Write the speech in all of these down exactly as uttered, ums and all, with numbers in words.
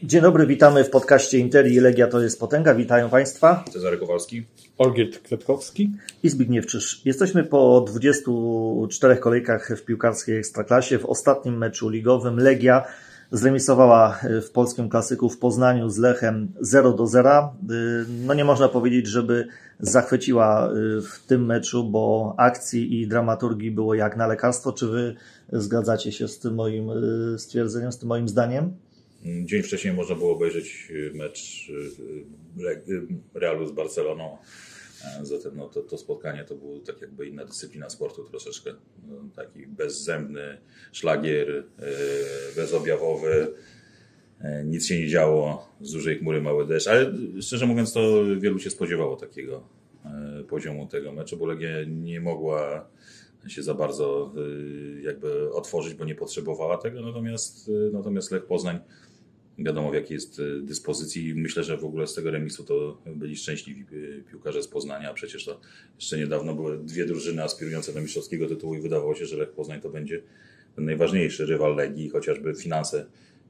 Dzień dobry, witamy w podcaście Interi i Legia to jest potęga. Witają Państwa Cezary Kowalski, Olgierd Kwiatkowski i Zbigniew Czyż. Jesteśmy po dwudziestu czterech kolejkach w piłkarskiej Ekstraklasie. W ostatnim meczu ligowym Legia zremisowała w polskim klasyku w Poznaniu z Lechem zero do zera. No nie można powiedzieć, żeby zachwyciła w tym meczu, bo akcji i dramaturgii było jak na lekarstwo. Czy wy zgadzacie się z tym moim stwierdzeniem, z tym moim zdaniem? Dzień wcześniej można było obejrzeć mecz Realu z Barceloną. Zatem no, to, to spotkanie to było tak jakby inna dyscyplina sportu troszeczkę. No, taki bezzębny szlagier, bezobjawowy. Nic się nie działo, z dużej chmury mały deszcz. Ale szczerze mówiąc to wielu się spodziewało takiego poziomu tego meczu, bo Legia nie mogła się za bardzo jakby otworzyć, bo nie potrzebowała tego. Natomiast, natomiast Lech Poznań wiadomo w jakiej jest dyspozycji i myślę, że w ogóle z tego remisu to byli szczęśliwi piłkarze z Poznania, a przecież to jeszcze niedawno były dwie drużyny aspirujące do mistrzowskiego tytułu i wydawało się, że Lech Poznań to będzie ten najważniejszy rywal Legii, chociażby finanse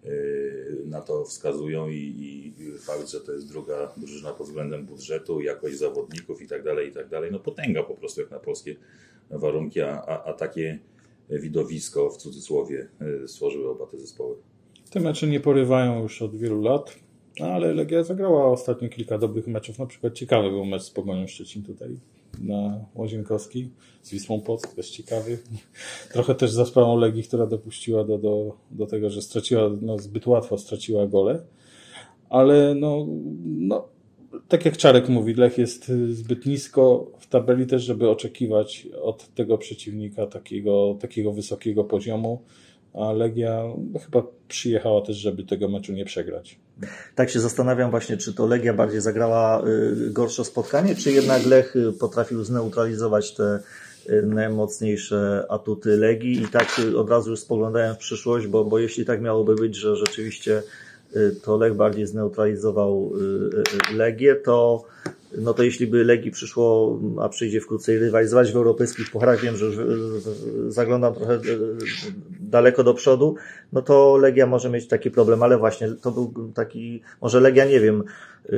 na to wskazują i, i fakt, że to jest druga drużyna pod względem budżetu, jakość zawodników i tak dalej, i tak dalej. No potęga po prostu jak na polskie warunki, a, a, a takie widowisko w cudzysłowie stworzyły oba te zespoły. Te mecze nie porywają już od wielu lat, ale Legia zagrała ostatnio kilka dobrych meczów. Na przykład ciekawy był mecz z Pogonią Szczecin tutaj na Łazienkowskiej, z Wisłą Płock, też ciekawy. Trochę też za sprawą Legii, która dopuściła do, do, do tego, że straciła, no, zbyt łatwo straciła gole. Ale no, no, tak jak Czarek mówi, Lech jest zbyt nisko w tabeli też, żeby oczekiwać od tego przeciwnika takiego, takiego wysokiego poziomu. A Legia chyba przyjechała też, żeby tego meczu nie przegrać. Tak się zastanawiam właśnie, czy to Legia bardziej zagrała gorsze spotkanie, czy jednak Lech potrafił zneutralizować te najmocniejsze atuty Legii i tak od razu już spoglądałem w przyszłość, bo, bo jeśli tak miałoby być, że rzeczywiście to Lech bardziej zneutralizował Legię, to no to jeśli by Legii przyszło, a przyjdzie wkrótce rywalizować w europejskich pucharach, wiem, że już zaglądam trochę daleko do przodu, no to Legia może mieć taki problem, ale właśnie to był taki, może Legia, nie wiem, yy,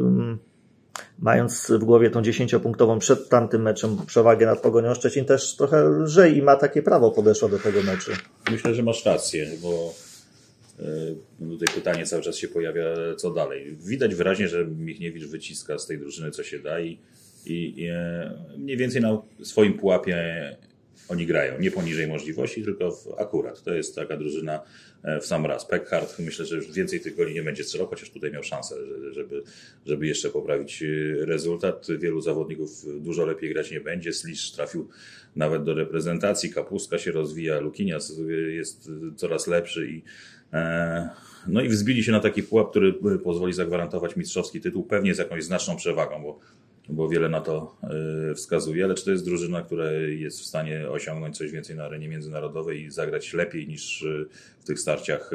mając w głowie tą dziesięciopunktową przed tamtym meczem przewagę nad Pogonią Szczecin, też trochę lżej i ma takie prawo podeszła do tego meczu. Myślę, że masz rację, bo tutaj pytanie cały czas się pojawia, co dalej. Widać wyraźnie, że Michniewicz wyciska z tej drużyny, co się da i, i, i mniej więcej na swoim pułapie oni grają. Nie poniżej możliwości, tylko w, akurat. To jest taka drużyna w sam raz. Peckhardt, myślę, że już więcej tych goli nie będzie strzelał, chociaż tutaj miał szansę, żeby, żeby jeszcze poprawić rezultat. Wielu zawodników dużo lepiej grać nie będzie. Slisz trafił nawet do reprezentacji. Kapustka się rozwija. Lukinias jest coraz lepszy i no i wzbili się na taki pułap, który pozwoli zagwarantować mistrzowski tytuł, pewnie z jakąś znaczną przewagą, bo, bo wiele na to wskazuje, ale czy to jest drużyna, która jest w stanie osiągnąć coś więcej na arenie międzynarodowej i zagrać lepiej niż w tych starciach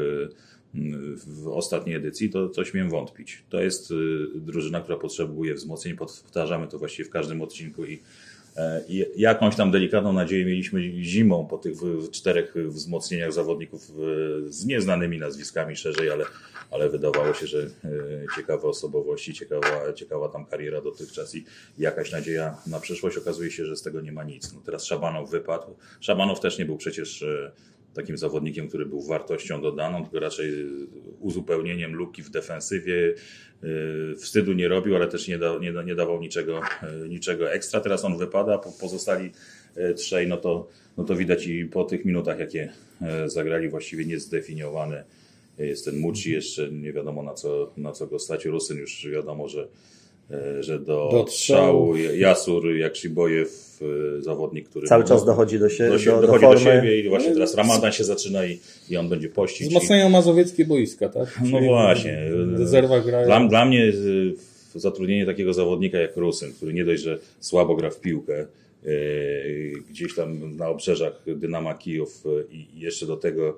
w ostatniej edycji, to, to śmiem wątpić. To jest drużyna, która potrzebuje wzmocnień, powtarzamy to właściwie w każdym odcinku i I jakąś tam delikatną nadzieję mieliśmy zimą po tych czterech wzmocnieniach zawodników z nieznanymi nazwiskami szerzej, ale, ale wydawało się, że ciekawe osobowości, ciekawa, ciekawa tam kariera dotychczas i jakaś nadzieja na przyszłość. Okazuje się, że z tego nie ma nic. No teraz Szabanow wypadł. Szabanow też nie był przecież takim zawodnikiem, który był wartością dodaną, tylko raczej uzupełnieniem luki w defensywie. Wstydu nie robił, ale też nie, da, nie, nie dawał niczego, niczego ekstra. Teraz on wypada, pozostali trzej, no to, no to widać i po tych minutach, jakie zagrali, właściwie niezdefiniowany jest ten Mucci, jeszcze nie wiadomo na co, na co go stać. Rusyn już wiadomo, że że do, do strzału Jasur Jakszybojew, zawodnik, który cały czas dochodzi do, sie- do, do, dochodzi do, do siebie i właśnie teraz Ramadan się zaczyna i, i on będzie pościć. Wzmacniają mazowieckie boiska, tak? Czyli no właśnie. grają. Dla, dla mnie zatrudnienie takiego zawodnika jak Rusyn, który nie dość, że słabo gra w piłkę, gdzieś tam na obrzeżach Dynama Kijów i jeszcze do tego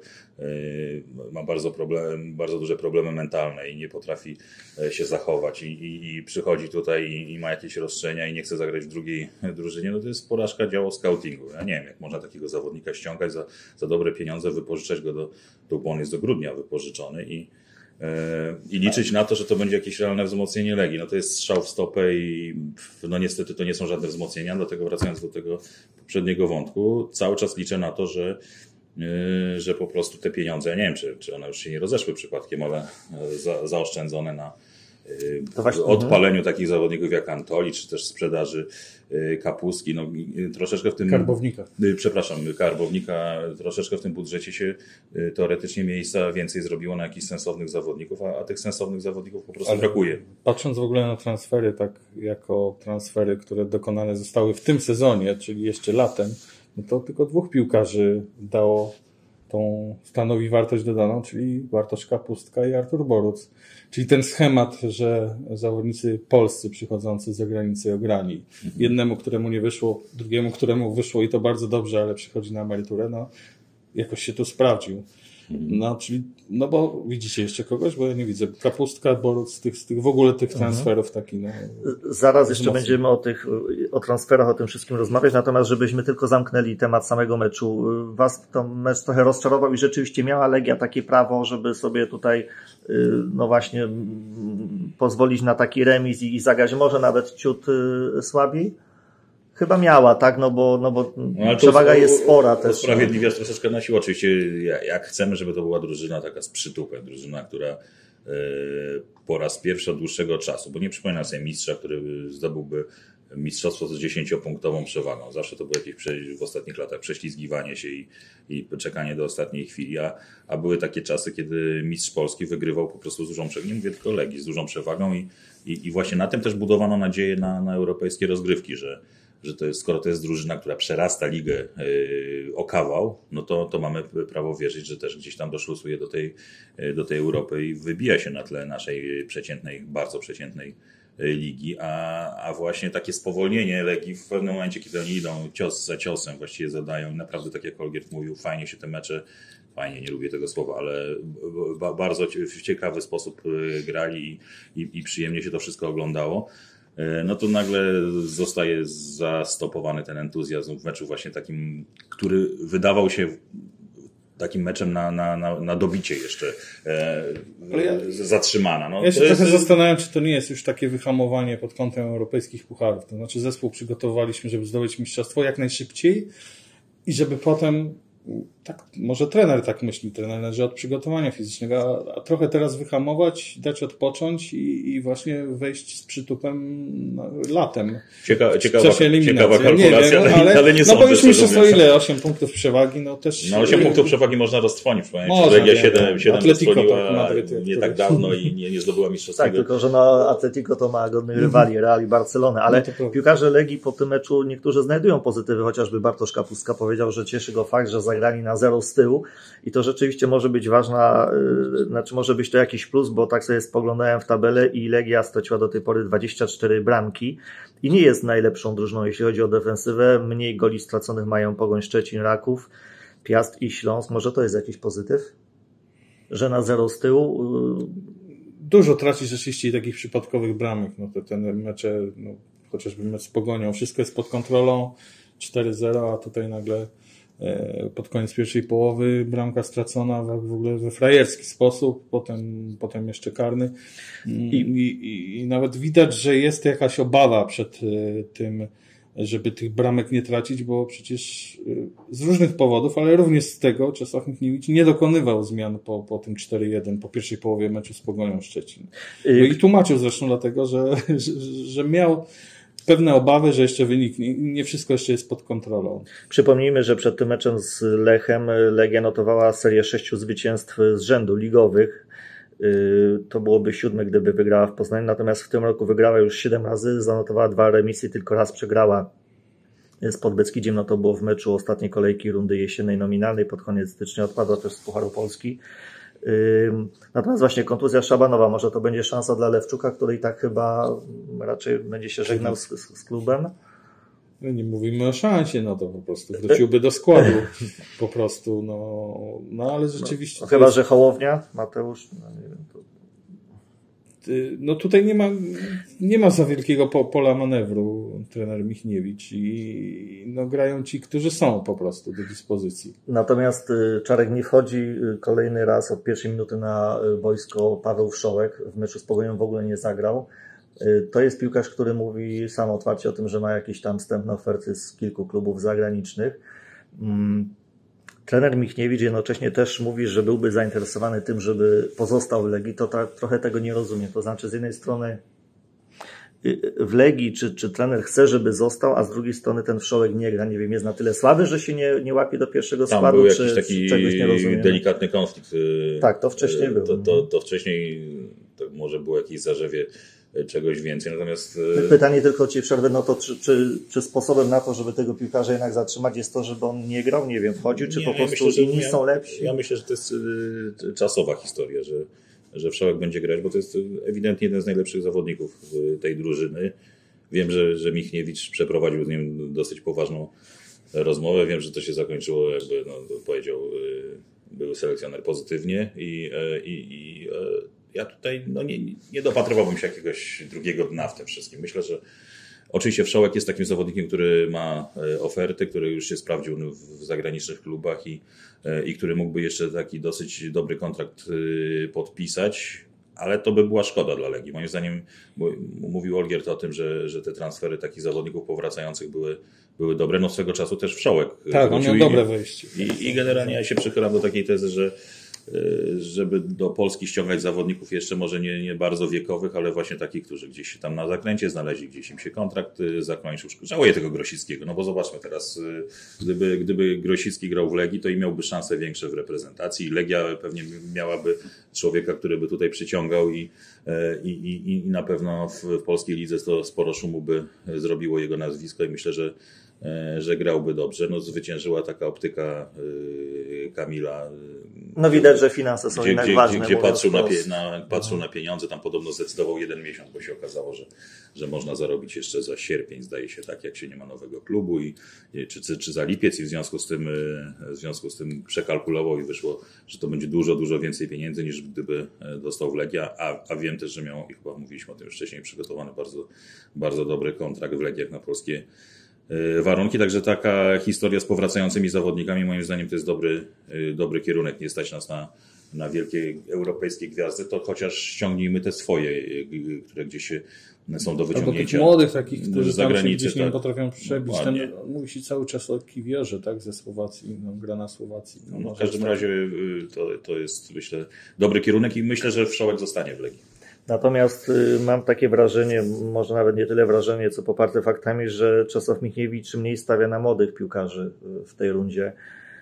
ma bardzo, problem, bardzo duże problemy mentalne i nie potrafi się zachować i, i, i przychodzi tutaj i, i ma jakieś roszczenia i nie chce zagrać w drugiej drużynie, no to jest porażka działu scoutingu. Ja nie wiem, jak można takiego zawodnika ściągać za, za dobre pieniądze, wypożyczać go do, do, bo on jest do grudnia wypożyczony i i liczyć na to, że to będzie jakieś realne wzmocnienie Legii. No to jest strzał w stopę i no niestety to nie są żadne wzmocnienia, dlatego wracając do tego poprzedniego wątku, cały czas liczę na to, że że po prostu te pieniądze, ja nie wiem, czy, czy one już się nie rozeszły przypadkiem, ale za, zaoszczędzone na właśnie, odpaleniu mhm. takich zawodników jak Antoli, czy też sprzedaży Kapustki, no troszeczkę w tym... Karbownika. Przepraszam, Karbownika, troszeczkę w tym budżecie się teoretycznie miejsca więcej zrobiło na jakichś sensownych zawodników, a, a tych sensownych zawodników po prostu Ale brakuje. Patrząc w ogóle na transfery, tak jako transfery, które dokonane zostały w tym sezonie, czyli jeszcze latem, no to tylko dwóch piłkarzy dało tą stanowi wartość dodaną, czyli Bartosz Kapustka i Artur Boruc. Czyli ten schemat, że zawodnicy polscy przychodzący z zagranicy ograni. Mhm. Jednemu, któremu nie wyszło, drugiemu, któremu wyszło i to bardzo dobrze, ale przychodzi na emeryturę, no jakoś się tu sprawdził. No, czyli, no bo widzicie jeszcze kogoś, bo ja nie widzę. Kapustka, Boruc, z tych, z tych w ogóle tych transferów mhm. taki, no. Zaraz jeszcze mocno. Będziemy o tych, o transferach, o tym wszystkim rozmawiać, natomiast żebyśmy tylko zamknęli temat samego meczu. Was to mecz trochę rozczarował i rzeczywiście miała Legia takie prawo, żeby sobie tutaj, no właśnie, pozwolić na taki remis i, i zagrać może nawet ciut słabiej? Chyba miała, tak, no bo, no bo no, przewaga jest spora też. Usprawiedliwiasz troszeczkę na siłę. Oczywiście jak chcemy, żeby to była drużyna taka z przytupem, drużyna, która e, po raz pierwszy od dłuższego czasu, bo nie przypominam sobie mistrza, który zdobyłby mistrzostwo z dziesięciopunktową przewagą. Zawsze to było jakieś w ostatnich latach prześlizgiwanie się i, i czekanie do ostatniej chwili, a, a były takie czasy, kiedy mistrz Polski wygrywał po prostu z dużą przewagą, nie mówię tylko Legii, z dużą przewagą i, i, i właśnie na tym też budowano nadzieję na, na europejskie rozgrywki, że że to jest, skoro to jest drużyna, która przerasta ligę yy, o kawał, no to, to mamy prawo wierzyć, że też gdzieś tam doszlusuje do tej, do tej Europy i wybija się na tle naszej przeciętnej, bardzo przeciętnej ligi, a, a właśnie takie spowolnienie Legii w pewnym momencie, kiedy oni idą cios za ciosem, właściwie zadają, naprawdę tak jak Olgierd mówił, fajnie się te mecze, fajnie, nie lubię tego słowa, ale bardzo w ciekawy sposób grali i, i, i przyjemnie się to wszystko oglądało. No to nagle zostaje zastopowany ten entuzjazm w meczu właśnie takim, który wydawał się takim meczem na, na, na, na dobicie jeszcze e, ja, zatrzymana. No, ja się trochę jest... zastanawiam, czy to nie jest już takie wyhamowanie pod kątem europejskich pucharów. To znaczy zespół przygotowaliśmy, żeby zdobyć mistrzostwo jak najszybciej i żeby potem tak, może trener tak myśli, trener należy od przygotowania fizycznego, a, a trochę teraz wyhamować, dać odpocząć i, i właśnie wejść z przytupem no, latem. Cieka, ciekawa, ciekawa kalkulacja, nie wiem, ale, ale nie no sądzę. No bo już mistrzostwo ile? osiem punktów przewagi, no też... No osiem punktów przewagi można roztrwonić. Można, Legia siedem, siedem roztrwoniła nie tak dawno i nie, nie zdobyła mistrzostwa. Tak, tylko że no Atletico to ma godnych rywali, Real i Barcelonę, ale no piłkarze Legii po tym meczu niektórzy znajdują pozytywy, chociażby Bartosz Kapustka powiedział, że cieszy go fakt, że zagrali na zero z tyłu i to rzeczywiście może być ważna, yy, znaczy może być to jakiś plus, bo tak sobie spoglądałem w tabelę i Legia straciła do tej pory dwadzieścia cztery bramki i nie jest najlepszą drużyną, jeśli chodzi o defensywę. Mniej goli straconych mają Pogoń Szczecin, Raków, Piast i Śląsk. Może to jest jakiś pozytyw? Że na zero z tyłu... Yy... Dużo traci rzeczywiście takich przypadkowych bramek. No to ten mecze, no, chociażby mecz z Pogonią, wszystko jest pod kontrolą, cztery zero, a tutaj nagle pod koniec pierwszej połowy bramka stracona w ogóle we frajerski sposób, potem, potem jeszcze karny I, i, i nawet widać, że jest jakaś obawa przed tym, żeby tych bramek nie tracić, bo przecież z różnych powodów, ale również z tego Czesław Michniewicz nie dokonywał zmian po, po tym cztery jeden, po pierwszej połowie meczu z Pogonią Szczecin. No i tłumaczył zresztą dlatego, że, że, że miał pewne obawy, że jeszcze wynik, nie, nie wszystko jeszcze jest pod kontrolą. Przypomnijmy, że przed tym meczem z Lechem Legia notowała serię sześciu zwycięstw z rzędu ligowych. To byłoby siódme, gdyby wygrała w Poznaniu, natomiast w tym roku wygrała już siedem razy, zanotowała dwa remisy, tylko raz przegrała z Podbeskidziem, no to było w meczu ostatniej kolejki rundy jesiennej nominalnej, pod koniec stycznia odpadła też z Pucharu Polski. Natomiast właśnie kontuzja Szabanowa, może to będzie szansa dla Lewczuka, który i tak chyba raczej będzie się żegnał z, z, z klubem. No nie mówimy o szansie, no to po prostu wróciłby do składu po prostu, no, no ale rzeczywiście... No, no, chyba, jest... że Hołownia, Mateusz, no nie wiem, to... no tutaj nie ma, nie ma za wielkiego pola manewru trener Michniewicz i no grają ci, którzy są po prostu do dyspozycji. Natomiast Czarek nie wchodzi kolejny raz od pierwszej minuty na boisko Paweł Wszołek. W meczu z Pogonią w ogóle nie zagrał. To jest piłkarz, który mówi sam otwarcie o tym, że ma jakieś tam wstępne oferty z kilku klubów zagranicznych. Trener Michniewicz jednocześnie też mówi, że byłby zainteresowany tym, żeby pozostał w Legii. To ta, trochę tego nie rozumiem. To znaczy z jednej strony w Legii, czy, czy trener chce, żeby został, a z drugiej strony ten Wszołek nie gra. Nie wiem, jest na tyle słaby, że się nie, nie łapie do pierwszego Tam składu, był czy, jakiś taki czy czegoś nie rozumiem. delikatny konflikt. Tak, to wcześniej to, był. To, to, to wcześniej to może było jakieś zarzewie czegoś więcej, natomiast... Pytanie tylko Ci przerwę, no to czy, czy, czy sposobem na to, żeby tego piłkarza jednak zatrzymać jest to, żeby on nie grał, nie wiem, wchodził, czy nie, po ja prostu myślę, inni ja, są lepsi? Ja myślę, że to jest y, czasowa historia, że, że Wszołek będzie grać, bo to jest ewidentnie jeden z najlepszych zawodników tej drużyny. Wiem, że, że Michniewicz przeprowadził z nim dosyć poważną rozmowę. Wiem, że to się zakończyło, jakby no, powiedział y, były selekcjoner pozytywnie i, y, i y, ja tutaj no, nie, nie dopatrywałbym się jakiegoś drugiego dna w tym wszystkim. Myślę, że oczywiście Wszołek jest takim zawodnikiem, który ma oferty, który już się sprawdził w zagranicznych klubach i, i który mógłby jeszcze taki dosyć dobry kontrakt podpisać, ale to by była szkoda dla Legii. Moim zdaniem mówił Olgierd o tym, że, że te transfery takich zawodników powracających były, były dobre. No swego czasu też Wszołek. Tak, on miał dobre wejście. I, I generalnie ja się przychylam do takiej tezy, że żeby do Polski ściągać zawodników jeszcze może nie, nie bardzo wiekowych, ale właśnie takich, którzy gdzieś się tam na zakręcie znaleźli, gdzieś im się kontrakt zakończył. Żałuję tego Grosickiego, no bo zobaczmy teraz, gdyby, gdyby Grosicki grał w Legii, to i miałby szanse większe w reprezentacji. Legia pewnie miałaby człowieka, który by tutaj przyciągał i, i, i, i na pewno w polskiej lidze to sporo szumu by zrobiło jego nazwisko i myślę, że że grałby dobrze. No zwyciężyła taka optyka yy, Kamila. No widać, że finanse są gdzie, jednak gdzie, ważne. Gdzie, gdzie patrzył, na, pie, na, patrzył na pieniądze, tam podobno zdecydował jeden miesiąc, bo się okazało, że, że można zarobić jeszcze za sierpień, zdaje się, tak jak się nie ma nowego klubu i, czy, czy za lipiec i w związku z tym w związku z tym przekalkulował i wyszło, że to będzie dużo, dużo więcej pieniędzy niż gdyby dostał w Legia, a, a wiem też, że miał, i chyba mówiliśmy o tym już wcześniej, przygotowany bardzo, bardzo dobry kontrakt w Legiach na polskie warunki, także taka historia z powracającymi zawodnikami moim zdaniem to jest dobry, dobry kierunek. Nie stać nas na, na wielkie europejskie gwiazdy, to chociaż ściągnijmy te swoje, które gdzieś są do wyciągnięcia. Albo tych młodych takich, którzy za tam granicę, się gdzieś nie tak. potrafią przebić. Ten, mówi się cały czas o Kiwierze, tak, ze Słowacji, no, gra na Słowacji. No, no, w każdym razie to, to jest, myślę, dobry kierunek i myślę, że Wszołek zostanie w Legii. Natomiast y, mam takie wrażenie, może nawet nie tyle wrażenie, co poparte faktami, że Czesław Michniewicz mniej stawia na młodych piłkarzy w tej rundzie.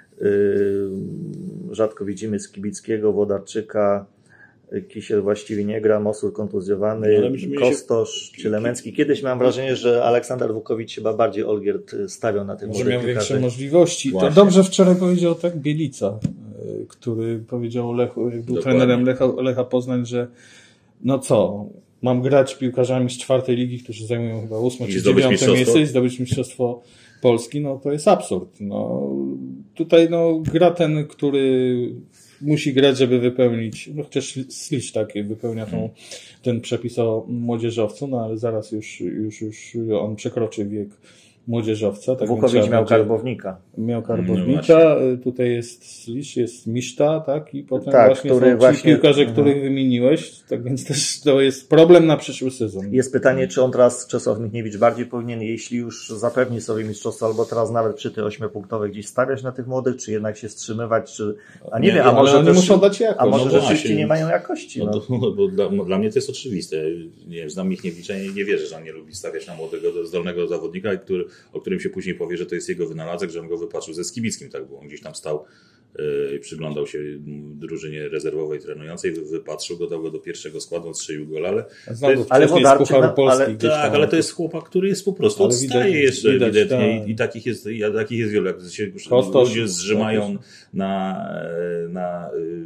Y, rzadko widzimy Skibickiego, Włodarczyka, Kisiel właściwie nie gra, Mosur kontuzjowany, no, Kostosz, się... Cielemencki. Kiedyś mam wrażenie, że Aleksander Wukowicz chyba bardziej Olgierd stawiał na tych może młodych miał piłkarzy. większe możliwości. Właśnie. To dobrze wczoraj powiedział tak Bielica, który powiedział Lechu, jak był Dokładnie. trenerem Lecha, Lecha Poznań, że no co, mam grać piłkarzami z czwartej ligi, którzy zajmują chyba ósme czy dziewiąte miejsce i zdobyć mistrzostwo Polski, no to jest absurd. No, tutaj no, gra ten, który musi grać, żeby wypełnić, no chociaż Slicz tak wypełnia tą, ten przepis o młodzieżowcu, no ale zaraz już, już, już on przekroczy wiek młodzieżowca. Tak Wukowicz miał karbownika. Miał karbownika, no tutaj jest Slicz, jest Miszta, tak? I potem tak, właśnie który są ci właśnie... piłkarze, których mhm. wymieniłeś, tak więc też to jest problem na przyszły sezon. Jest pytanie, czy on teraz, Czesław Michniewicz, bardziej powinien, jeśli już zapewni sobie mistrzostwo, albo teraz nawet przy tych ośmiopunktowych gdzieś stawiać na tych młodych, czy jednak się wstrzymywać, czy... A nie, nie wiem, a może oni też... muszą dać jakość. A może no rzeczywiście właśnie. nie mają jakości. No. No. To, no, bo dla, dla mnie to jest oczywiste. Nie wiem, znam Michniewicza i nie, nie wierzę, że on nie lubi stawiać na młodego, zdolnego zawodnika, który, o którym się później powie, że to jest jego wynalazek, że on go wypatrzył ze Skibickim, tak, bo on gdzieś tam stał i yy, przyglądał się drużynie rezerwowej trenującej, wypatrzył go, dał go do pierwszego składu, strzelił gol, ale to jest, ale Włodarczyk, no, Polski, ale, tak, ale to jest chłopak, który jest po prostu ale odstaje widać, jeszcze widać, ewidentnie tak. I, i takich jest, i takich jest wiele, jak się już ludzie zrzymają na, na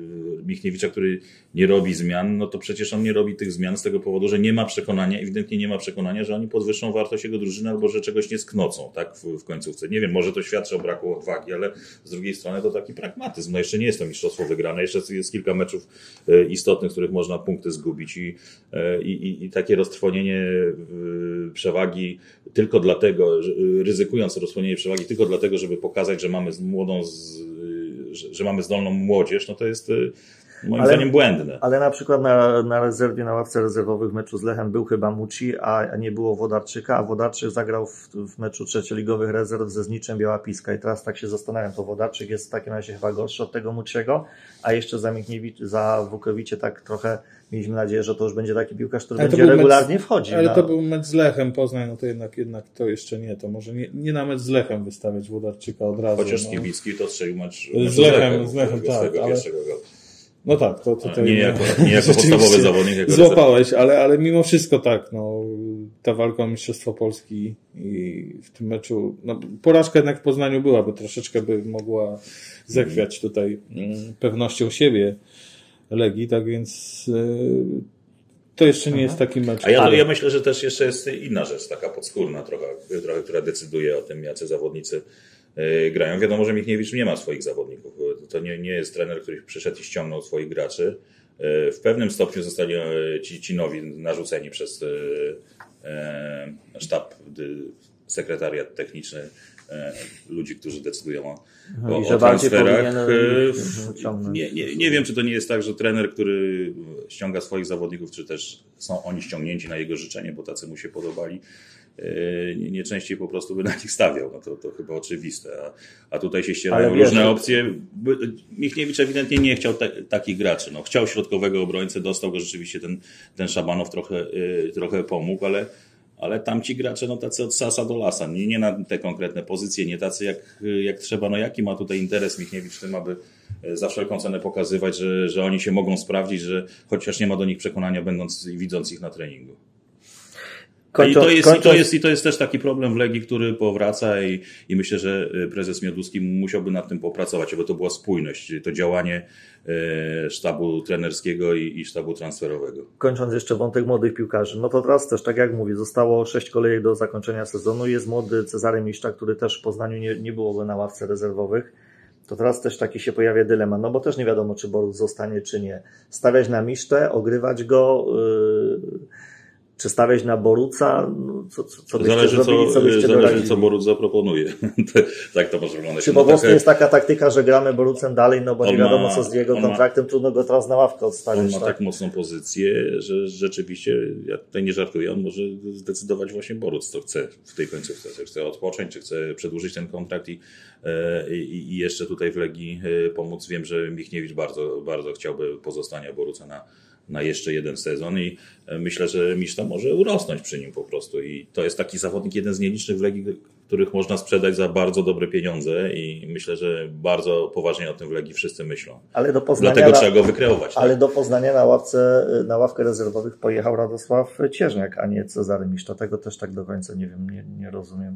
Michniewicza, który nie robi zmian, no to przecież on nie robi tych zmian z tego powodu, że nie ma przekonania, ewidentnie nie ma przekonania, że oni podwyższą wartość jego drużyny albo że czegoś nie sknocą, tak, w, w końcówce. Nie wiem, może to świadczy o braku odwagi, ale z drugiej strony to taki pragmatyzm. No jeszcze nie jest to mistrzostwo wygrane, jeszcze jest kilka meczów istotnych, w których można punkty zgubić i, i, i takie roztrwonienie przewagi tylko dlatego, ryzykując roztrwonienie przewagi tylko dlatego, żeby pokazać, że mamy młodą, z, że, że mamy zdolną młodzież, no to jest moim ale, zdaniem błędne. Ale na przykład na, na rezerwie, na ławce rezerwowych w meczu z Lechem był chyba Muci, a nie było Wodarczyka, a Wodarczyk zagrał w, w meczu trzecioligowych rezerw ze Zniczem Biała-Piska i teraz tak się zastanawiam, to Wodarczyk jest w takim razie chyba gorszy od tego Muciego, a jeszcze za Michniewicz, za Wukowicie tak trochę mieliśmy nadzieję, że to już będzie taki piłkarz, który ale będzie regularnie mecz, wchodził. Ale na... to był mecz z Lechem Poznań, no to jednak, jednak to jeszcze nie, to może nie, nie na mecz z Lechem wystawiać Wodarczyka od razu. Chociaż no. Skibicki to strzelił mecz z Lechem, z Lechem, tak, ale... No tak, to tutaj... Nie jako, nie jako podstawowy zawodnik. Jako złapałeś, ale, ale mimo wszystko tak, no, ta walka o Mistrzostwo Polski i w tym meczu, no, porażka jednak w Poznaniu była, bo troszeczkę by mogła zechwiać tutaj mm, pewnością siebie Legii, tak więc yy, to jeszcze nie jest taki mecz. A ja, ale... ja myślę, że też jeszcze jest inna rzecz, taka podskórna trochę, trochę, która decyduje o tym, jacy zawodnicy grają. Wiadomo, że Michniewicz nie ma swoich zawodników. To nie, nie jest trener, który przyszedł i ściągnął swoich graczy. W pewnym stopniu zostali ci, ci nowi narzuceni przez sztab, sekretariat techniczny, ludzi, którzy decydują o, o, o transferach. Nie, nie, nie wiem, czy to nie jest tak, że trener, który ściąga swoich zawodników, czy też są oni ściągnięci na jego życzenie, bo tacy mu się podobali, nie, nie częściej po prostu by na nich stawiał. No to, to chyba oczywiste. A, a tutaj się ścierają różne wiesz, opcje. Michniewicz ewidentnie nie chciał te, takich graczy. No, chciał środkowego obrońcę, dostał go rzeczywiście ten, ten Szabanow trochę, yy, trochę pomógł, ale, ale tamci gracze, no tacy od sasa do lasa. Nie, nie na te konkretne pozycje, nie tacy jak, jak trzeba. No jaki ma tutaj interes Michniewicz w tym, aby za wszelką cenę pokazywać, że, że oni się mogą sprawdzić, że chociaż nie ma do nich przekonania, będąc i widząc ich na treningu. I to, jest, i, to jest, I to jest też taki problem w Legii, który powraca i, i myślę, że prezes Mioduski musiałby nad tym popracować, żeby to była spójność, to działanie e, sztabu trenerskiego i, i sztabu transferowego. Kończąc jeszcze wątek młodych piłkarzy, no to teraz też, tak jak mówię, zostało sześć kolejek do zakończenia sezonu, jest młody Cezary Miszcza, który też w Poznaniu nie, nie byłoby na ławce rezerwowych. To teraz też taki się pojawia dylemat, no bo też nie wiadomo, czy Boruc zostanie, czy nie. Stawiać na Miszczę, ogrywać go... Yy... Czy stawiać na Boruca? No, co, co, co byście zależy, zrobili, co, co byście zależy doradzili? co Boruc zaproponuje. Tak to może wyglądać. Czy po prostu jest taka taktyka, że gramy Borucem dalej, no bo nie wiadomo, ma, co z jego kontraktem, ma, trudno go teraz na ławkę odstawić. On ma tak, tak mocną pozycję, że rzeczywiście, ja tutaj nie żartuję, on może zdecydować właśnie Boruc, co chce w tej końcówce. Czy chce odpocząć, czy chce przedłużyć ten kontrakt i, i, i jeszcze tutaj w Legii pomóc. Wiem, że Michniewicz bardzo, bardzo chciałby pozostania Boruca na na jeszcze jeden sezon i myślę, że Miszta może urosnąć przy nim po prostu i to jest taki zawodnik, jeden z nielicznych w Legii, których można sprzedać za bardzo dobre pieniądze i myślę, że bardzo poważnie o tym w Legii wszyscy myślą. Ale do Poznania Dlatego na, trzeba go wykreować. Ale tak? do Poznania na ławce, na ławkę rezerwowych pojechał Radosław Cieżniak, a nie Cezary Miszta. Tego też tak do końca nie wiem, nie, nie rozumiem.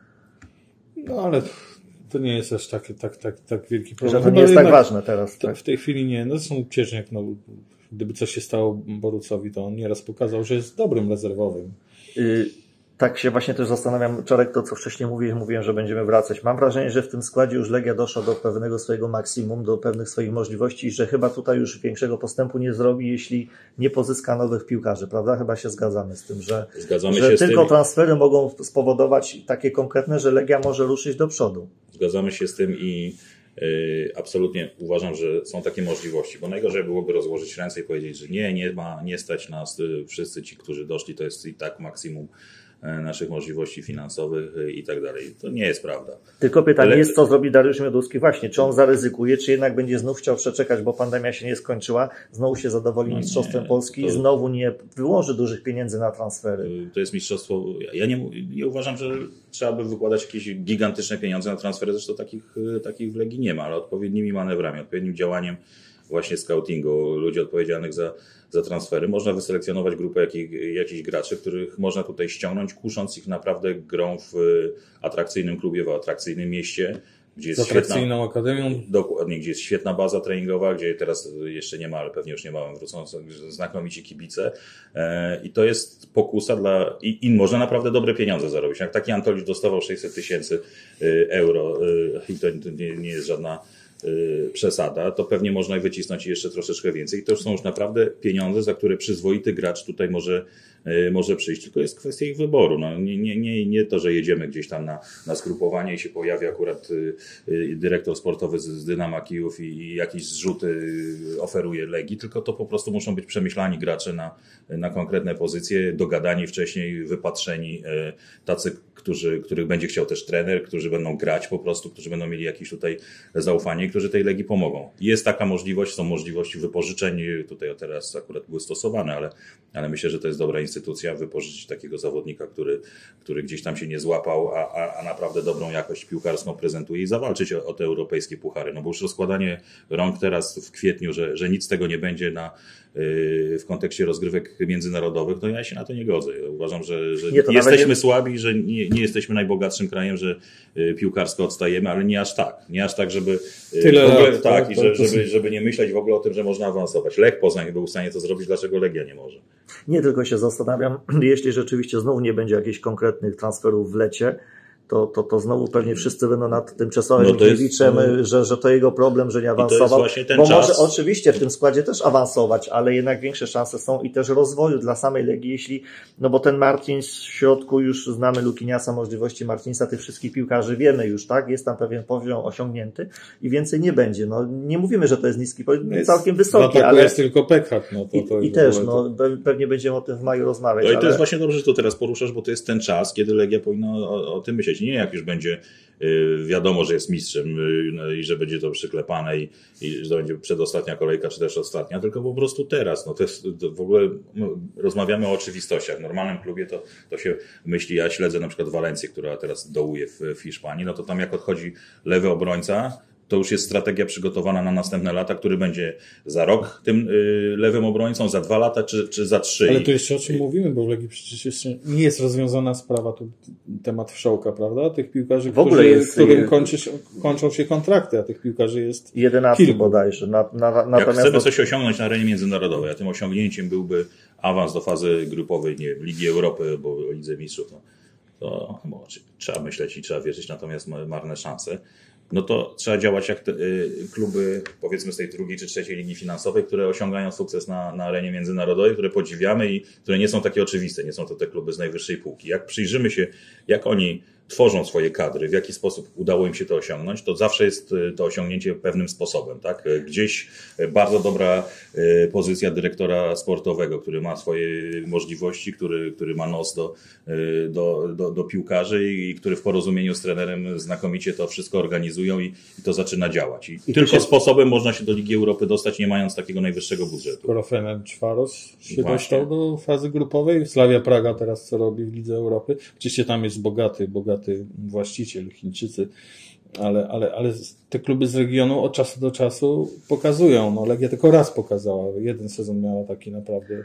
No ale to nie jest aż tak, tak, tak, tak wielki problem. Że to nie jest tak ważne teraz. Tak. W tej chwili nie. No zresztą Cieżniak, no gdyby coś się stało Borucowi, to on nieraz pokazał, że jest dobrym rezerwowym. Yy, tak się właśnie też zastanawiam, Czarek, to co wcześniej mówiłem, mówiłem, że będziemy wracać. Mam wrażenie, że w tym składzie już Legia doszła do pewnego swojego maksimum, do pewnych swoich możliwości i że chyba tutaj już większego postępu nie zrobi, jeśli nie pozyska nowych piłkarzy, prawda? Chyba się zgadzamy z tym, że, zgadzamy że się tylko z tym. transfery mogą spowodować takie konkretne, że Legia może ruszyć do przodu. Zgadzamy się z tym i Yy, absolutnie uważam, że są takie możliwości, bo najgorzej byłoby rozłożyć ręce i powiedzieć, że nie, nie ma, nie stać nas, yy, wszyscy ci, którzy doszli, to jest i tak maksimum yy, naszych możliwości finansowych yy, i tak dalej. To nie jest prawda. Tylko pytanie Ale... jest, co zrobi Dariusz Mioduski właśnie, czy on zaryzykuje, czy jednak będzie znów chciał przeczekać, bo pandemia się nie skończyła, znowu się zadowoli no mistrzostwem nie, Polski to... i znowu nie wyłoży dużych pieniędzy na transfery. Yy, to jest mistrzostwo, ja nie, nie uważam, że trzeba by wykładać jakieś gigantyczne pieniądze na transfery, zresztą takich, takich w Legii nie ma, ale odpowiednimi manewrami, odpowiednim działaniem właśnie scoutingu, ludzi odpowiedzialnych za, za transfery, można wyselekcjonować grupę jakich, jakichś graczy, których można tutaj ściągnąć, kusząc ich naprawdę grą w atrakcyjnym klubie, w atrakcyjnym mieście gdzie jest z atrakcyjną akademią. Dokładnie, gdzie jest świetna baza treningowa, gdzie teraz jeszcze nie ma, ale pewnie już niebawem wrócą znakomici kibice. I to jest pokusa dla... I, i można naprawdę dobre pieniądze zarobić. Jak taki Antolicz dostawał sześćset tysięcy euro i to nie, nie jest żadna przesada, to pewnie można wycisnąć jeszcze troszeczkę więcej. I to już są już naprawdę pieniądze, za które przyzwoity gracz tutaj może, może przyjść. Tylko jest kwestia ich wyboru. No, nie, nie, nie, nie to, że jedziemy gdzieś tam na, na skrupowanie i się pojawia akurat dyrektor sportowy z, z Dynama Kijów i, i jakieś zrzuty oferuje Legii, tylko to po prostu muszą być przemyślani gracze na, na konkretne pozycje, dogadani wcześniej, wypatrzeni, tacy, którzy, których będzie chciał też trener, którzy będą grać po prostu, którzy będą mieli jakieś tutaj zaufanie, którzy tej Legii pomogą. Jest taka możliwość, są możliwości wypożyczeń, tutaj teraz akurat były stosowane, ale, ale myślę, że to jest dobra instytucja, wypożyczyć takiego zawodnika, który, który gdzieś tam się nie złapał, a, a, a naprawdę dobrą jakość piłkarską prezentuje i zawalczyć o, o te europejskie puchary. No bo już rozkładanie rąk teraz w kwietniu, że, że nic z tego nie będzie na w kontekście rozgrywek międzynarodowych, no ja się na to nie godzę. Ja uważam, że, że nie, jesteśmy nie... słabi, że nie, nie jesteśmy najbogatszym krajem, że piłkarsko odstajemy, ale nie aż tak. Nie aż tak, żeby Tyle w ogóle, lat, tak, tak, i że, żeby, żeby nie myśleć w ogóle o tym, że można awansować. Lech Poznań był w stanie to zrobić, dlaczego Legia nie może? Nie, tylko się zastanawiam, jeśli rzeczywiście znowu nie będzie jakichś konkretnych transferów w lecie, to, to, to znowu pewnie wszyscy będą nad tym Czesławem Michniewiczem, no że, że to jego problem, że nie awansował. Bo czas. Może oczywiście w tym składzie też awansować, ale jednak większe szanse są i też rozwoju dla samej Legii, jeśli, no bo ten Martins w środku już znamy Lukiniasa, możliwości Martinsa, tych wszystkich piłkarzy wiemy już, tak? Jest tam pewien poziom osiągnięty i więcej nie będzie. No nie mówimy, że to jest niski poziom, jest całkiem wysoki, no, ale jest tylko Pekhak, no to, to i, i też, no pewnie będziemy o tym w maju rozmawiać. No i to ale... jest właśnie dobrze, że to teraz poruszasz, bo to jest ten czas, kiedy Legia powinna o, o tym myśleć. Nie jak już będzie y, wiadomo, że jest mistrzem y, no, i że będzie to przyklepane i, i że to będzie przedostatnia kolejka, czy też ostatnia, tylko po prostu teraz. No to jest to w ogóle no, rozmawiamy o oczywistościach. W normalnym klubie to, to się myśli, ja śledzę na przykład Walencję, która teraz dołuje w, w Hiszpanii, no to tam jak odchodzi lewy obrońca, to już jest strategia przygotowana na następne lata, który będzie za rok tym y, lewym obrońcą, za dwa lata, czy, czy za trzy. Ale to jeszcze o czym mówimy, bo w Legii przecież jeszcze nie jest rozwiązana sprawa, tu temat wszołka, prawda? Tych piłkarzy, w ogóle którzy, jest, którym kończy się, kończą się kontrakty, a tych piłkarzy jest jedenastu bodajże. Na, na, natomiast Jak chcemy coś osiągnąć na arenie międzynarodowej, a tym osiągnięciem byłby awans do fazy grupowej, nie wiem, Ligi Europy, bo o Lidze Mistrzów, to, to bo, trzeba myśleć i trzeba wierzyć, natomiast marne szanse. No to trzeba działać jak te, y, kluby, powiedzmy z tej drugiej czy trzeciej ligi finansowej, które osiągają sukces na, na arenie międzynarodowej, które podziwiamy i które nie są takie oczywiste, nie są to te kluby z najwyższej półki. Jak przyjrzymy się, jak oni tworzą swoje kadry, w jaki sposób udało im się to osiągnąć, to zawsze jest to osiągnięcie pewnym sposobem, tak? Gdzieś bardzo dobra pozycja dyrektora sportowego, który ma swoje możliwości, który, który ma nos do, do, do, do piłkarzy i który w porozumieniu z trenerem znakomicie to wszystko organizują i, i to zaczyna działać. I, I tylko się... sposobem można się do Ligi Europy dostać, nie mając takiego najwyższego budżetu. Skoro Ferencvaros się dostał do fazy grupowej, Slavia Praga teraz co robi w Lidze Europy, oczywiście tam jest bogaty, bogaty właściciel, Chińczycy, ale, ale, ale te kluby z regionu od czasu do czasu pokazują. No, Legia tylko raz pokazała. Jeden sezon miała taki naprawdę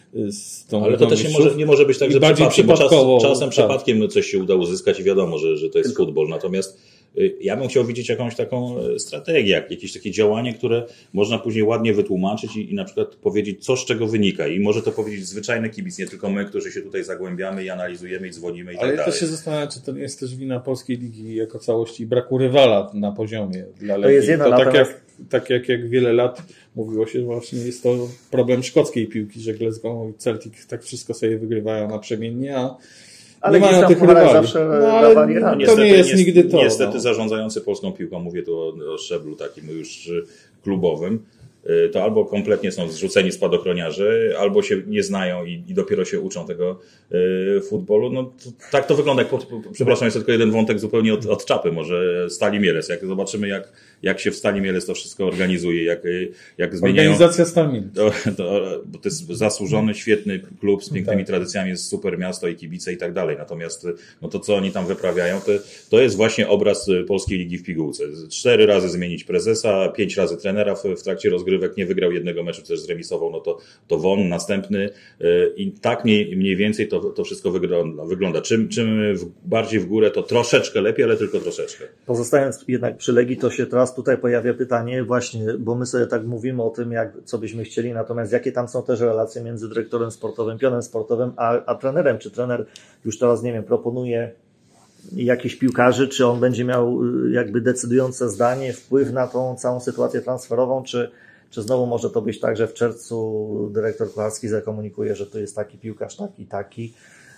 z tą ale to też nie może, nie może być tak, że przypadkiem, czas, czasem tak. przypadkiem coś się uda uzyskać i wiadomo, że, że to jest futbol. Natomiast ja bym chciał widzieć jakąś taką strategię, jakieś takie działanie, które można później ładnie wytłumaczyć i, i na przykład powiedzieć, co z czego wynika. I może to powiedzieć zwyczajny kibic, nie tylko my, którzy się tutaj zagłębiamy i analizujemy i dzwonimy i tak dalej. Ale ja też się zastanawiam, czy to nie jest też wina polskiej ligi jako całości braku rywala na poziomie dla Legii. To jest jedna, to tak, natomiast... jak, tak jak, jak wiele lat mówiło się, że właśnie jest to problem szkockiej piłki, że Glasgow i Celtic tak wszystko sobie wygrywają naprzemiennie, a ale nie mają tych rywali. Zawsze no, dawali radę. To niestety, nie jest nigdy to. Niestety no. zarządzający polską piłką, mówię tu o, o szczeblu takim już klubowym, to albo kompletnie są zrzuceni spadochroniarze, albo się nie znają i, i dopiero się uczą tego y, futbolu. No to, tak to wygląda. Jak, po, po, przepraszam, jest tylko jeden wątek zupełnie od, od czapy, może Stali Mielec. Jak zobaczymy, jak, jak się w Stali Mielec to wszystko organizuje, jak, jak zmieniają... Organizacja Stal Mielec. To, to, bo to jest zasłużony, świetny klub z pięknymi tak. tradycjami, jest super miasto i kibice i tak dalej. Natomiast no to, co oni tam wyprawiają, to, to jest właśnie obraz polskiej ligi w pigułce. Cztery razy zmienić prezesa, pięć razy trenera w, w trakcie rozgrywek, nie wygrał jednego meczu, też zremisował, no to, to won, następny i tak mniej, mniej więcej to, to wszystko wygląda. wygląda. Czym, czym w, bardziej w górę, to troszeczkę lepiej, ale tylko troszeczkę. Pozostając jednak przy Legii, to się teraz tutaj pojawia pytanie właśnie, bo my sobie tak mówimy o tym, jak, co byśmy chcieli, natomiast jakie tam są też relacje między dyrektorem sportowym, pionem sportowym, a, a trenerem? Czy trener już teraz, nie wiem, proponuje jakichś piłkarzy, czy on będzie miał jakby decydujące zdanie, wpływ na tą całą sytuację transferową, czy, czy znowu może to być tak, że w czerwcu dyrektor Kucharski zakomunikuje, że to jest taki piłkarz, taki, taki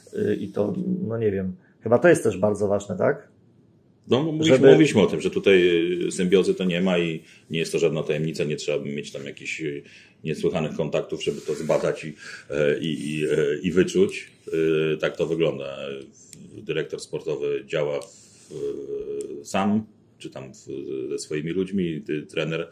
i to, no nie wiem, chyba to jest też bardzo ważne, tak? No, mówiliśmy, Żeby... mówiliśmy o tym, że tutaj symbiozy to nie ma i nie jest to żadna tajemnica, nie trzeba mieć tam jakichś niesłychanych kontaktów, żeby to zbadać i, i, i, i wyczuć. Tak to wygląda. Dyrektor sportowy działa w, sam, czy tam w, ze swoimi ludźmi, trener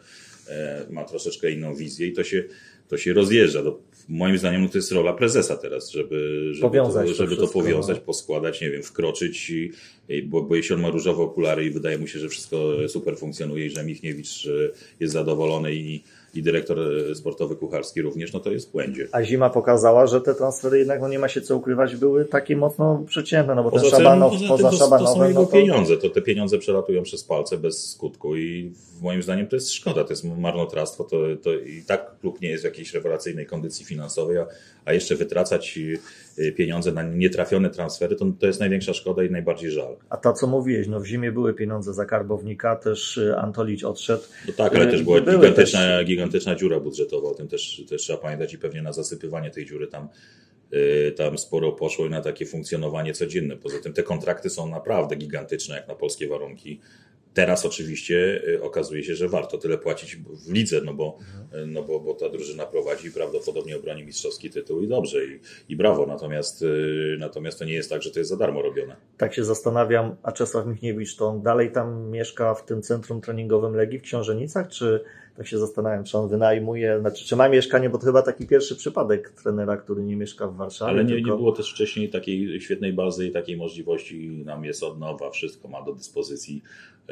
ma troszeczkę inną wizję i to się, to się rozjeżdża. To, moim zdaniem to jest rola prezesa teraz, żeby, żeby, powiązać to, żeby to, to powiązać, poskładać, nie wiem, wkroczyć, i, bo, bo jeśli on ma różowe okulary i wydaje mu się, że wszystko super funkcjonuje i że Michniewicz jest zadowolony i, i dyrektor sportowy Kucharski również, no to jest w błędzie. A zima pokazała, że te transfery jednak, no nie ma się co ukrywać, były takie mocno przeciętne, no bo poza ten tym, Szabanow, poza, poza tym, Szabanowem... To są jego no to... pieniądze, to te pieniądze przelatują przez palce bez skutku i moim zdaniem to jest szkoda, to jest marnotrawstwo, to, to i tak klub nie jest w jakiejś rewelacyjnej kondycji finansowej, a, a jeszcze wytracać pieniądze na nietrafione transfery, to, to jest największa szkoda i najbardziej żal. A to, co mówiłeś, no w zimie były pieniądze za Karbownika, też Antolić odszedł. No tak, ale też była były gigantyczna, też... gigantyczna dziura budżetowa, o tym też, też trzeba pamiętać i pewnie na zasypywanie tej dziury tam, yy, tam sporo poszło i na takie funkcjonowanie codzienne. Poza tym te kontrakty są naprawdę gigantyczne jak na polskie warunki. Teraz oczywiście okazuje się, że warto tyle płacić w lidze, no bo, mhm. no bo, bo ta drużyna prowadzi i prawdopodobnie obroni mistrzowski tytuł i dobrze, i, i brawo. Natomiast, natomiast to nie jest tak, że to jest za darmo robione. Tak się zastanawiam, a Czesław Michniewicz, to on dalej tam mieszka w tym centrum treningowym Legii w Książenicach, czy tak się zastanawiam, czy on wynajmuje, znaczy czy ma mieszkanie, bo to chyba taki pierwszy przypadek trenera, który nie mieszka w Warszawie. Ale nie, tylko... nie było też wcześniej takiej świetnej bazy i takiej możliwości, nam jest od nowa, wszystko ma do dyspozycji.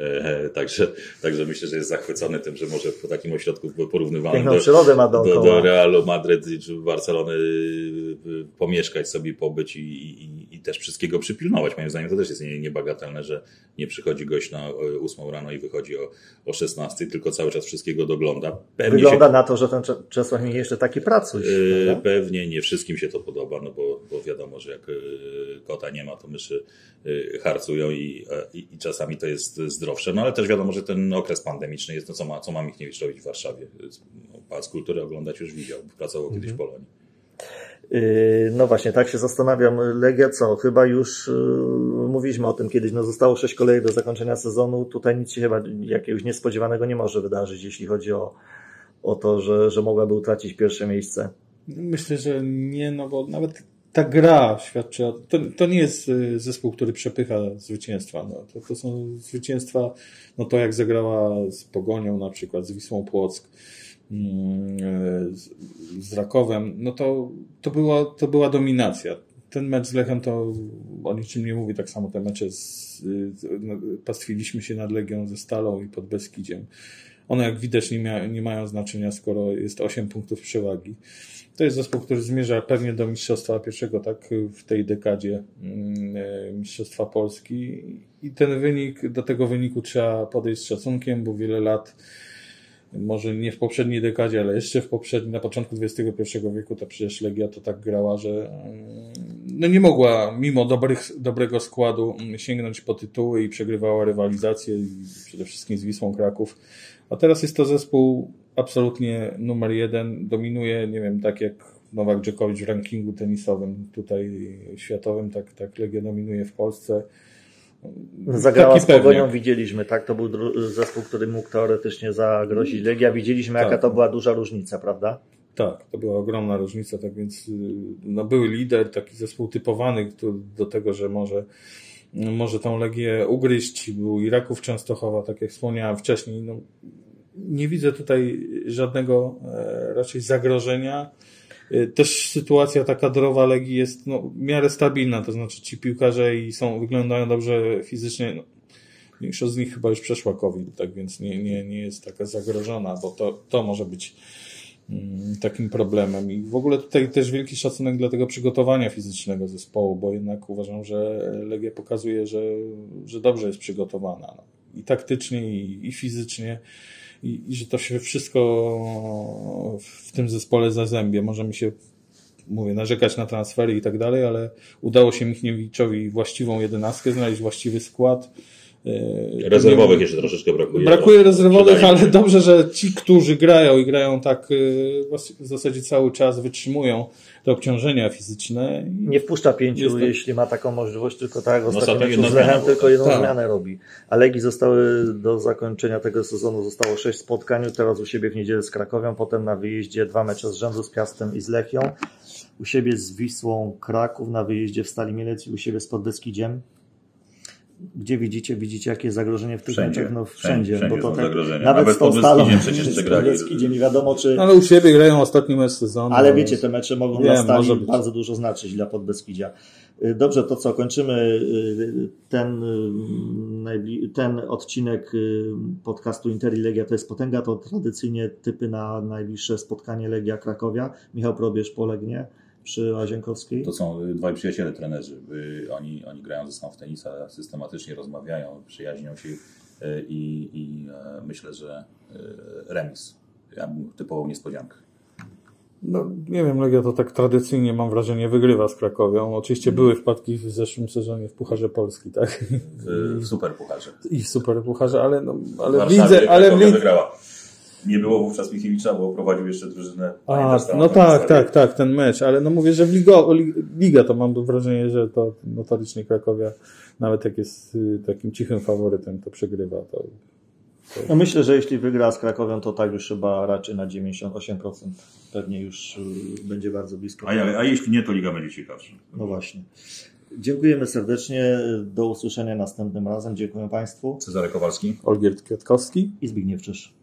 E, także, także myślę, że jest zachwycony tym, że może w takim ośrodku porównywalnym do, przyrodę ma do, do Realu Madryt czy Barcelony pomieszkać sobie, pobyć i, i, i też wszystkiego przypilnować. Moim zdaniem to też jest niebagatelne, że nie przychodzi gość na ósmą rano i wychodzi o, o szesnastej, tylko cały czas wszystkiego dogląda. Pewnie Wygląda się, na to, że ten Czesław mi jeszcze taki pracuje. Yy, pewnie nie wszystkim się to podoba, no bo, bo wiadomo, że jak kota nie ma, to myszy harcują i, i, i czasami to jest zdrowsze. No ale też wiadomo, że ten okres pandemiczny jest, no co ma, co ma Michniewicz robić w Warszawie. Pałac Kultury oglądać już widział, pracował kiedyś w Polonii. No właśnie, tak się zastanawiam. Legia co? Chyba już yy, mówiliśmy o tym kiedyś, no zostało sześć kolejek do zakończenia sezonu. Tutaj nic się chyba jakiegoś niespodziewanego nie może wydarzyć, jeśli chodzi o, o to, że, że mogłaby utracić pierwsze miejsce. Myślę, że nie, no bo nawet ta gra świadczy o... To, to nie jest zespół, który przepycha zwycięstwa. No, to, to są zwycięstwa, no to jak zagrała z Pogonią na przykład, z Wisłą Płock, z, z Rakowem, no to, to, była, to była dominacja. Ten mecz z Lechem to o niczym nie mówi, tak samo te mecze z, no, pastwiliśmy się nad Legią ze Stalą i pod Beskidziem. One jak widać nie, mia, nie mają znaczenia, skoro jest osiem punktów przewagi. To jest zespół, który zmierza pewnie do mistrzostwa pierwszego, tak, w tej dekadzie mistrzostwa Polski i ten wynik, do tego wyniku trzeba podejść z szacunkiem, bo wiele lat, może nie w poprzedniej dekadzie, ale jeszcze w poprzedniej, na początku dwudziestego pierwszego wieku, to przecież Legia to tak grała, że no nie mogła mimo dobrych, dobrego składu sięgnąć po tytuły i przegrywała rywalizację przede wszystkim z Wisłą Kraków. A teraz jest to zespół absolutnie numer jeden, dominuje, nie wiem, tak jak Nowak Dżokowicz w rankingu tenisowym tutaj światowym, tak, tak Legia dominuje w Polsce. Zagrała Taki z Pogonią, widzieliśmy, tak? To był zespół, który mógł teoretycznie zagrozić Legia. Widzieliśmy, tak, jaka to była duża różnica, prawda? Tak, to była ogromna różnica, tak więc no, były lider, taki zespół typowany do tego, że może może tą Legię ugryźć. Był i Raków Częstochowa, tak jak wspomniałem wcześniej. No, nie widzę tutaj żadnego e, raczej zagrożenia. E, też sytuacja ta kadrowa Legii jest no, w miarę stabilna, to znaczy ci piłkarze i są, wyglądają dobrze fizycznie. No, większość z nich chyba już przeszła COVID, tak więc nie, nie, nie jest taka zagrożona, bo to, to może być mm, takim problemem. I w ogóle tutaj też wielki szacunek dla tego przygotowania fizycznego zespołu, bo jednak uważam, że Legia pokazuje, że, że dobrze jest przygotowana. No. I taktycznie, i, i fizycznie. I, I że to się wszystko w tym zespole zazębie. Możemy się, mówię, narzekać na transfery i tak dalej, ale udało się Michniewiczowi właściwą jedenastkę znaleźć, właściwy skład. Rezerwowych jeszcze troszeczkę brakuje. Brakuje rezerwowych, ale dobrze, że ci, którzy grają i grają tak w zasadzie cały czas, wytrzymują te obciążenia fizyczne. Nie wpuszcza pięciu, Jest to... jeśli ma taką możliwość, tylko tak jak no ostatnio meczu z Lechem, tylko jedną tak. zmianę robi. A Legii zostały do zakończenia tego sezonu zostało sześć spotkań, teraz u siebie w niedzielę z Krakowią, potem na wyjeździe dwa mecze z rzędu z Piastem i z Lechią, u siebie z Wisłą Kraków, na wyjeździe w Stali Mielec i u siebie z Podbeskidziem. Gdzie widzicie, widzicie jakie zagrożenie w tych wszędzie, meczach? No wszędzie, wszędzie bo to tak, nawet, nawet z tą Stalą, przecież z Podbeskidziem nie wiadomo czy... No, ale u siebie grają ostatni mecz sezonu. Ale wiecie, te mecze mogą Wiem, dla Stali może bardzo dużo znaczyć dla Podbeskidzia. Dobrze, to co, kończymy ten, ten odcinek podcastu Inter i Legia to jest potęga, to tradycyjnie typy na najbliższe spotkanie Legia Krakowia. Michał Probierz polegnie przy Łazienkowskiej. To są dwaj przyjaciele trenerzy. Oni, oni grają ze sobą w tenisa, systematycznie rozmawiają, przyjaźnią się i, i myślę, że remis. Ja bym typową niespodziankę. No, nie wiem, Legia to tak tradycyjnie, mam wrażenie, wygrywa z Krakowią. Oczywiście były wpadki w zeszłym sezonie w Pucharze Polski, tak? W, w Superpucharze. I w Superpucharze, ale no, ale w widzę, ale Krakowia widzę. wygrała. Nie było wówczas Michiewicza, bo prowadził jeszcze drużynę. A, no tak, tak, tak, ten mecz, ale no mówię, że w Ligo, Liga to mam wrażenie, że to notorycznie Krakowia, nawet jak jest y, takim cichym faworytem, to przegrywa. To, to... No myślę, że jeśli wygra z Krakowią, to tak już chyba raczej na dziewięćdziesiąt osiem procent pewnie już y, będzie bardzo blisko. A, a, a jeśli nie, to Liga będzie ciekawsza. No właśnie. Dziękujemy serdecznie. Do usłyszenia następnym razem. Dziękuję Państwu. Cezary Kowalski. Olgierd Kwiatkowski I Zbigniew Czyż.